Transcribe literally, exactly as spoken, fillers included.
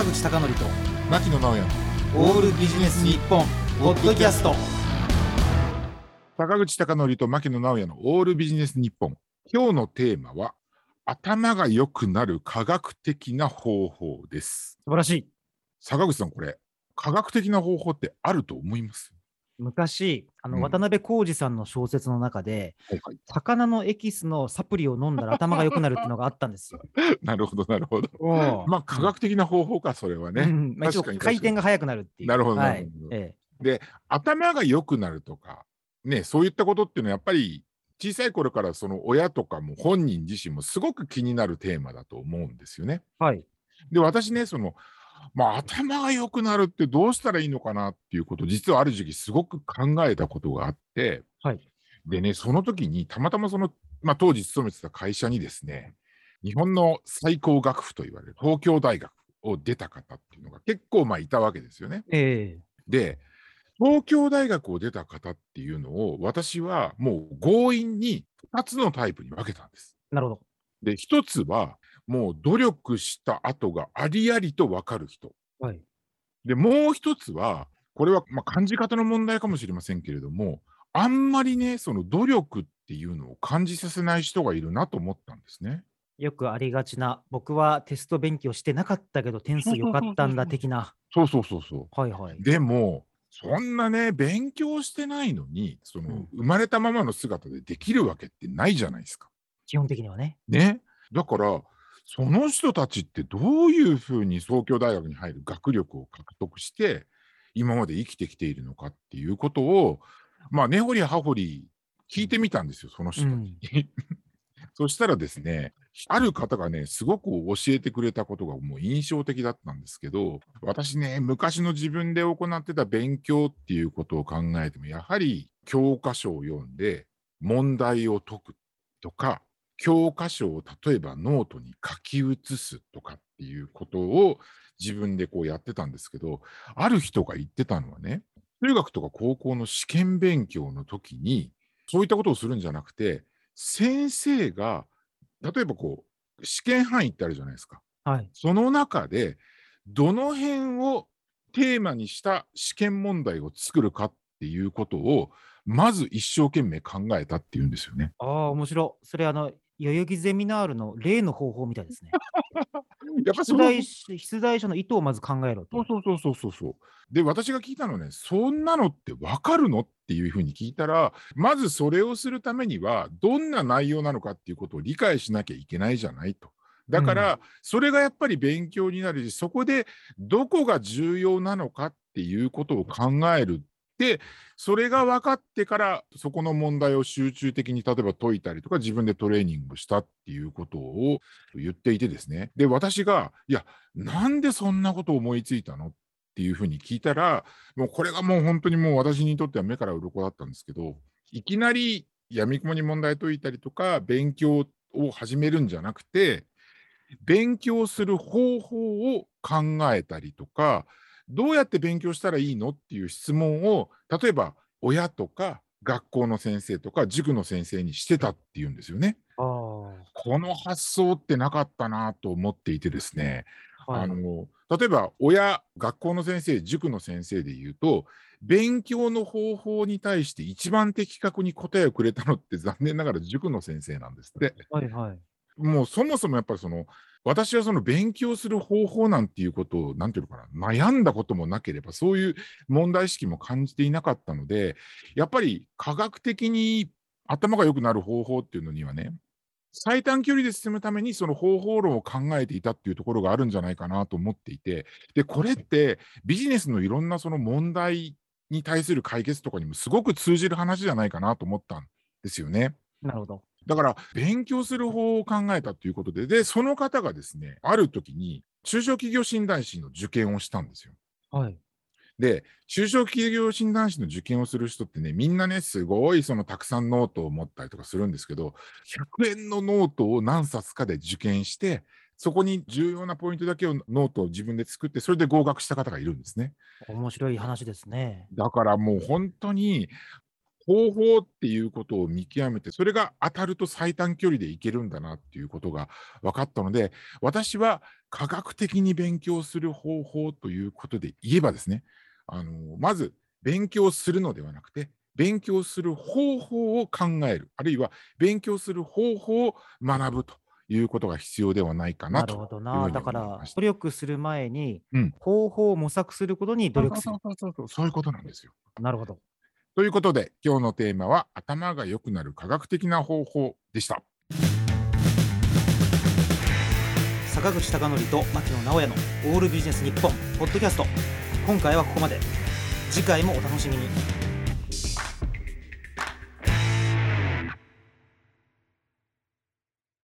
坂口孝則と牧野直哉オールビジネス日本ポッドキャスト。 坂口孝則と牧野直哉のオールビジネス日本。今日のテーマは頭が良くなる科学的な方法です。 素晴らしい。 坂口さん、これ科学的な方法ってあると思います？ 昔あの、 うん渡辺浩二さんの小説の中で、 はいはい、 魚のエキスのサプリを飲んだら頭が良くなるっていうのがあったんですよ。 なるほどなるほど。 おまあ科学的な方法か、それはね。 うんうんまあ、一応確かに回転が速くなるっていう。 なるほどなはいるほど。 ええ、 で、頭が良くなるとかね、そういったことっていうのはやっぱり小さい頃からその親とかも本人自身もすごく気になるテーマだと思うんですよね。 はい。 で、私ね、その、まあ、頭が良くなるってどうしたらいいのかなっていうことを、実はある時期すごく考えたことがあって、 はい。 でね、その時にたまたまその、まあ、当時勤めてた会社にですね、日本の最高学府と言われる東京大学を出た方っていうのが結構まあいたわけですよね。 ええ、 で、東京大学を出た方っていうのを私はもう強引にふたつのタイプに分けたんです。 なるほど。 で、ひとつはもう努力した跡がありありと分かる人。 はい。 で、もう一つは、これはまあ感じ方の問題かもしれませんけれども、あんまりね、その努力っていうのを感じさせない人がいるなと思ったんですね。 よくありがちな、僕はテスト勉強してなかったけど点数良かったんだ的な。 そうそうそうそう。 はいはい。 でも、そんなね、勉強してないのに、その、 うん、 生まれたままの姿でできるわけってないじゃないですか。 基本的にはね。 ね。だから、その人たちってどういうふうに東京大学に入る学力を獲得して、今まで生きてきているのかっていうことを、まあ、根掘り葉掘り聞いてみたんですよ、その人たちに。そしたらですね、ある方がね、すごく教えてくれたことがもう印象的だったんですけど、私ね、昔の自分で行ってた勉強っていうことを考えても、やはり教科書を読んで問題を解くとか、教科書を例えばノートに書き写すとかっていうことを自分でこうやってたんですけど、ある人が言ってたのはね、中学とか高校の試験勉強の時に、そういったことをするんじゃなくて、先生が、例えばこう、試験範囲ってあるじゃないですか。 はい。 その中で、どの辺をテーマにした試験問題を作るかっていうことを、まず一生懸命考えたっていうんですよね。 ああ、面白い。それあの、代々木ゼミナールの例の方法みたいですね。 やっぱそう、 出題し出題者の意図をまず考えろと。 そうそうそうそうそうそう。で、私が聞いたのね、そんなのってわかるのっていうふうに聞いたら、まずそれをするためには、どんな内容なのかっていうことを理解しなきゃいけないじゃないと。だかうん。 ら、それがやっぱり勉強になるし、そこでどこが重要なのかっていうことを考える。で、それが分かってから、そこの問題を集中的に例えば解いたりとか、自分でトレーニングしたっていうことを言っていてですね。で、私が、いや、なんでそんなことを思いついたのっていうふうに聞いたら、もうこれがもう本当にもう私にとっては目から鱗だったんですけど、いきなり闇雲に問題解いたりとか、勉強を始めるんじゃなくて、勉強する方法を考えたりとか、どうやって勉強したらいいのっていう質問を、例えば親とか学校の先生とか塾の先生にしてたっていうんですよね。 ああ、 この発想ってなかったなと思っていてですね、 はい。 あの、例えば親、学校の先生、塾の先生で言うと、勉強の方法に対して一番的確に答えをくれたのって残念ながら塾の先生なんですって。 はいはい。 もうそもそもやっぱりその、私はその勉強する方法なんていうことを、なんていうのかな、悩んだこともなければ、そういう問題意識も感じていなかったので、やっぱり科学的に頭が良くなる方法っていうのにはね、最短距離で進むためにその方法論を考えていたっていうところがあるんじゃないかなと思っていて、で、これってビジネスのいろんなその問題に対する解決とかにもすごく通じる話じゃないかなと思ったんですよね。 なるほど。 だから勉強する方法を考えたということで、で、その方がですね、ある時に中小企業診断士の受験をしたんですよ。 はい。 で、中小企業診断士の受験をする人ってね、みんなね、すごいそのたくさんノートを持ったりとかするんですけど、ひゃくえんのノートを何冊かで受験して、そこに重要なポイントだけをノートを自分で作って、それで合格した方がいるんですね。 面白い話ですね。 だからもう本当に方法っていうことを見極めて、それが当たると最短距離でいけるんだなっていうことが分かったので、私は科学的に勉強する方法ということで言えばですね、あのまず勉強するのではなくて、勉強する方法を考える、あるいは勉強する方法を学ぶということが必要ではないかななるとほどな。 いうふうにだから思いました。 努力する前にうん。 方法を模索することに努そう力する。 そうそうそうそう、そういうことなんですよ。 なるほど。 ということで、今日のテーマは頭が良くなる科学的な方法でした。 坂口孝則と牧野直哉のオールビジネス日本ポッドキャスト。今回はここまで。次回もお楽しみに。